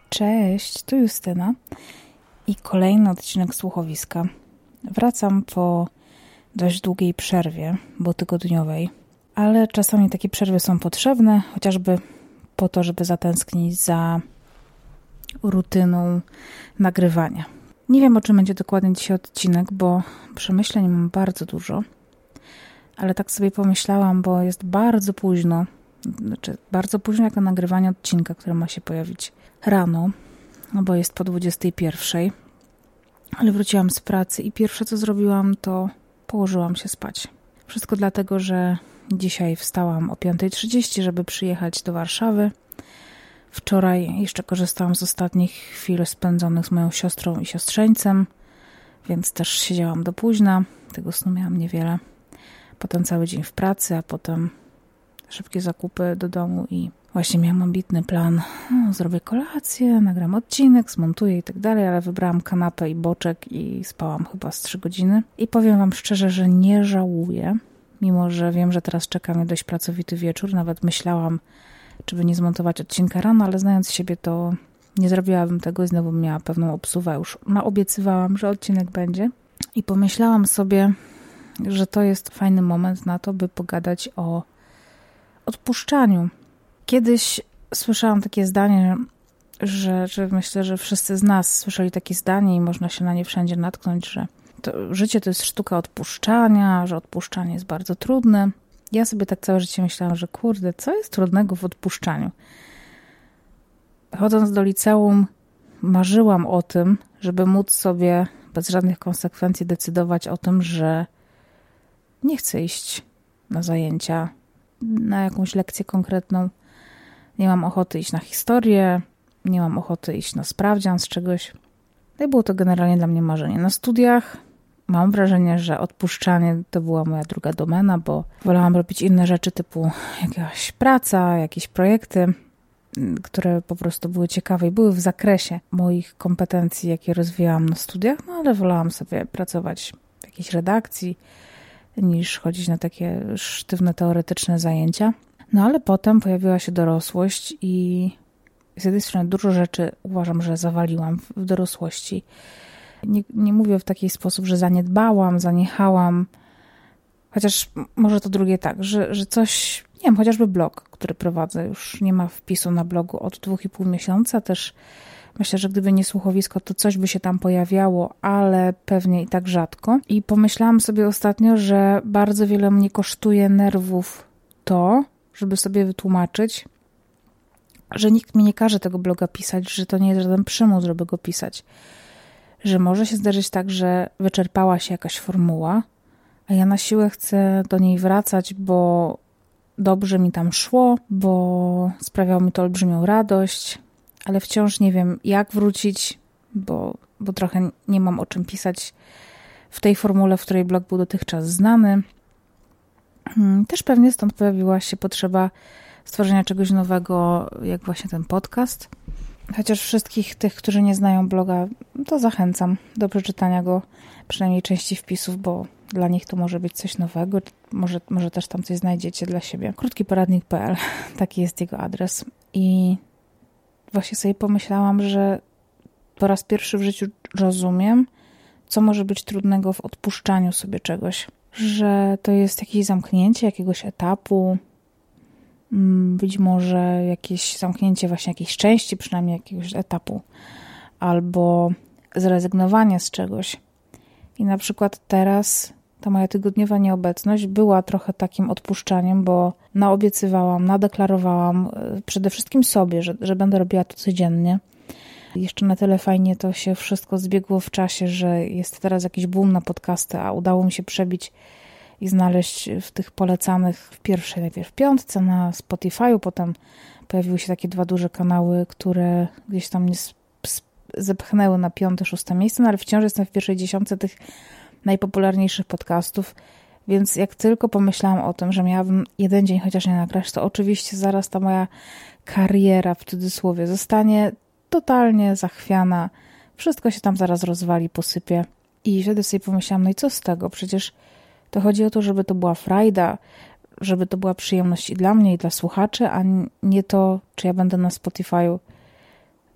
Cześć, tu Justyna i kolejny odcinek Słuchowiska. Wracam po dość długiej przerwie, bo tygodniowej, ale czasami takie przerwy są potrzebne, chociażby po to, żeby zatęsknić za rutyną nagrywania. Nie wiem, o czym będzie dokładnie dzisiaj odcinek, bo przemyśleń mam bardzo dużo, ale tak sobie pomyślałam, bo jest bardzo późno, jak na nagrywanie odcinka, który ma się pojawić rano, bo jest po 21:00, ale wróciłam z pracy i pierwsze co zrobiłam, to położyłam się spać. Wszystko dlatego, że dzisiaj wstałam o 5:30, żeby przyjechać do Warszawy. Wczoraj jeszcze korzystałam z ostatnich chwil spędzonych z moją siostrą i siostrzeńcem, więc też siedziałam do późna. Tego snu miałam niewiele. Potem cały dzień w pracy, a potem szybkie zakupy do domu i właśnie miałam ambitny plan. Zrobię kolację, nagram odcinek, zmontuję i tak dalej, ale wybrałam kanapę i boczek i spałam chyba z 3 godziny. I powiem wam szczerze, że nie żałuję, mimo że wiem, że teraz czeka mnie dość pracowity wieczór. Nawet myślałam, czy by nie zmontować odcinka rano, ale znając siebie, to nie zrobiłabym tego i znowu miała pewną obsuwę. Już naobiecywałam, że odcinek będzie. I pomyślałam sobie, że to jest fajny moment na to, by pogadać o odpuszczaniu. Kiedyś słyszałam takie zdanie, że myślę, że wszyscy z nas słyszeli takie zdanie i można się na nie wszędzie natknąć, że życie to jest sztuka odpuszczania, że odpuszczanie jest bardzo trudne. Ja sobie tak całe życie myślałam, że kurde, co jest trudnego w odpuszczaniu? Chodząc do liceum, marzyłam o tym, żeby móc sobie bez żadnych konsekwencji decydować o tym, że nie chcę iść na zajęcia, na jakąś lekcję konkretną. Nie mam ochoty iść na historię, nie mam ochoty iść na sprawdzian z czegoś. No i było to generalnie dla mnie marzenie. Na studiach mam wrażenie, że odpuszczanie to była moja druga domena, bo wolałam robić inne rzeczy typu jakaś praca, jakieś projekty, które po prostu były ciekawe i były w zakresie moich kompetencji, jakie rozwijałam na studiach, no ale wolałam sobie pracować w jakiejś redakcji, niż chodzić na takie sztywne, teoretyczne zajęcia. No ale potem pojawiła się dorosłość i z jednej strony dużo rzeczy uważam, że zawaliłam w dorosłości. Nie mówię w taki sposób, że zaniedbałam, zaniechałam, chociaż może to drugie tak, że coś, nie wiem, chociażby blog, który prowadzę, już nie ma wpisu na blogu od 2,5 miesiąca, też myślę, że gdyby nie słuchowisko, to coś by się tam pojawiało, ale pewnie i tak rzadko. I pomyślałam sobie ostatnio, że bardzo wiele mnie kosztuje nerwów to, żeby sobie wytłumaczyć, że nikt mi nie każe tego bloga pisać, że to nie jest żaden przymus, żeby go pisać. Że może się zdarzyć tak, że wyczerpała się jakaś formuła, a ja na siłę chcę do niej wracać, bo dobrze mi tam szło, bo sprawiało mi to olbrzymią radość, ale wciąż nie wiem, jak wrócić, bo trochę nie mam o czym pisać w tej formule, w której blog był dotychczas znany. Też pewnie stąd pojawiła się potrzeba stworzenia czegoś nowego, jak właśnie ten podcast. Chociaż wszystkich tych, którzy nie znają bloga, to zachęcam do przeczytania go, przynajmniej części wpisów, bo dla nich to może być coś nowego. Może też tam coś znajdziecie dla siebie. krótkiporadnik.pl, taki jest jego adres. I właśnie sobie pomyślałam, że po raz pierwszy w życiu rozumiem, co może być trudnego w odpuszczaniu sobie czegoś. Że to jest jakieś zamknięcie jakiegoś etapu, być może jakieś zamknięcie właśnie jakiejś części, przynajmniej jakiegoś etapu, albo zrezygnowanie z czegoś. I na przykład teraz ta moja tygodniowa nieobecność była trochę takim odpuszczaniem, bo naobiecywałam, nadeklarowałam przede wszystkim sobie, że będę robiła to codziennie. Jeszcze na tyle fajnie to się wszystko zbiegło w czasie, że jest teraz jakiś boom na podcasty, a udało mi się przebić i znaleźć w tych polecanych w pierwszej, najpierw 5 na Spotify'u, potem pojawiły się takie 2 duże kanały, które gdzieś tam mnie zepchnęły na 5., 6. miejsce, no ale wciąż jestem w pierwszej 10 tych najpopularniejszych podcastów, więc jak tylko pomyślałam o tym, że miałabym jeden dzień chociaż nie nagrać, to oczywiście zaraz ta moja kariera, w cudzysłowie, zostanie totalnie zachwiana. Wszystko się tam zaraz rozwali, posypie. I wtedy sobie pomyślałam, no i co z tego? Przecież to chodzi o to, żeby to była frajda, żeby to była przyjemność i dla mnie, i dla słuchaczy, a nie to, czy ja będę na Spotify'u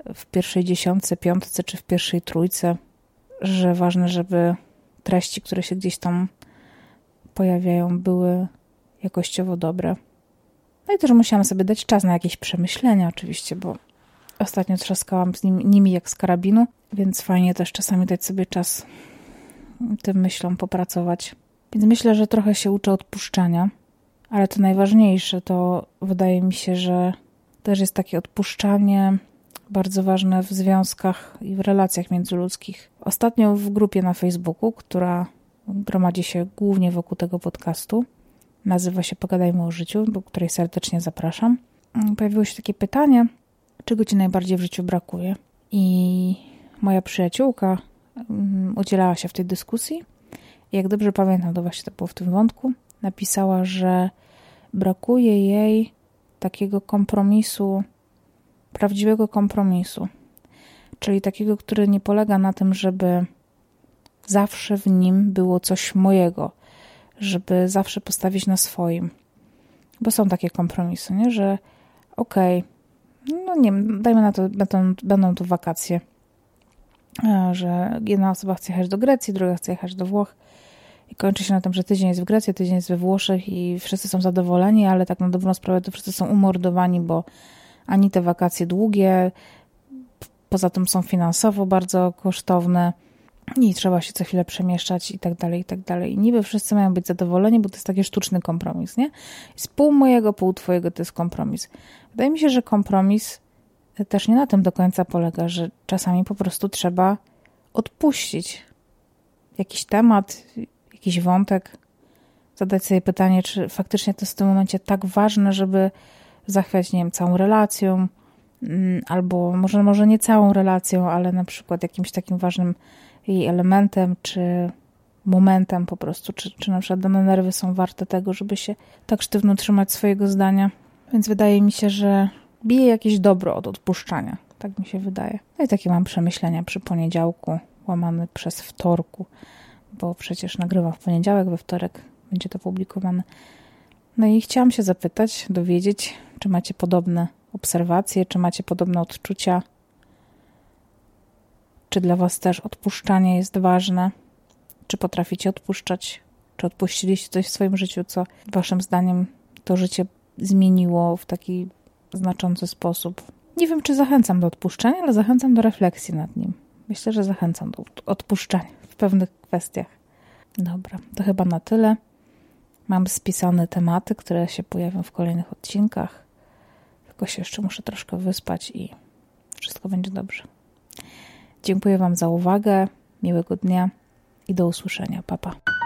w pierwszej 10, 5 czy w pierwszej 3, że ważne, żeby treści, które się gdzieś tam pojawiają, były jakościowo dobre. No i też musiałam sobie dać czas na jakieś przemyślenia oczywiście, bo ostatnio trzaskałam z nimi jak z karabinu, więc fajnie też czasami dać sobie czas tym myślom popracować. Więc myślę, że trochę się uczę odpuszczania, ale to najważniejsze to wydaje mi się, że też jest takie odpuszczanie bardzo ważne w związkach i w relacjach międzyludzkich. Ostatnio w grupie na Facebooku, która gromadzi się głównie wokół tego podcastu, nazywa się Pogadajmy o życiu, do której serdecznie zapraszam, pojawiło się takie pytanie, czego ci najbardziej w życiu brakuje? I moja przyjaciółka udzielała się w tej dyskusji i jak dobrze pamiętam, to właśnie to było w tym wątku, napisała, że brakuje jej takiego kompromisu, prawdziwego kompromisu, czyli takiego, który nie polega na tym, żeby zawsze w nim było coś mojego, żeby zawsze postawić na swoim. Bo są takie kompromisy, nie? Że okej, no nie wiem, dajmy na to, będą to wakacje, że jedna osoba chce jechać do Grecji, druga chce jechać do Włoch i kończy się na tym, że tydzień jest w Grecji, tydzień jest we Włoszech i wszyscy są zadowoleni, ale tak na dobrą sprawę to wszyscy są umordowani, bo ani te wakacje długie, poza tym są finansowo bardzo kosztowne i trzeba się co chwilę przemieszczać i tak dalej, i tak dalej. I niby wszyscy mają być zadowoleni, bo to jest taki sztuczny kompromis, nie? Jest pół mojego, pół twojego, to jest kompromis. Wydaje mi się, że kompromis też nie na tym do końca polega, że czasami po prostu trzeba odpuścić jakiś temat, jakiś wątek, zadać sobie pytanie, czy faktycznie to jest w tym momencie tak ważne, żeby zachwiać, nie wiem, całą relacją, albo może nie całą relacją, ale na przykład jakimś takim ważnym jej elementem, czy momentem po prostu, czy na przykład dane nerwy są warte tego, żeby się tak sztywno trzymać swojego zdania. Więc wydaje mi się, że bije jakieś dobro od odpuszczania. Tak mi się wydaje. No i takie mam przemyślenia przy poniedziałku, łamany przez wtorku, bo przecież nagrywam w poniedziałek, we wtorek będzie to publikowane. No i chciałam się zapytać, dowiedzieć, czy macie podobne obserwacje, czy macie podobne odczucia, czy dla was też odpuszczanie jest ważne, czy potraficie odpuszczać, czy odpuściliście coś w swoim życiu, co waszym zdaniem to życie zmieniło w taki znaczący sposób. Nie wiem, czy zachęcam do odpuszczania, ale zachęcam do refleksji nad nim. Myślę, że zachęcam do odpuszczania w pewnych kwestiach. Dobra, to chyba na tyle. Mam spisane tematy, które się pojawią w kolejnych odcinkach. Tylko się jeszcze muszę troszkę wyspać i wszystko będzie dobrze. Dziękuję wam za uwagę, miłego dnia i do usłyszenia. Pa, pa.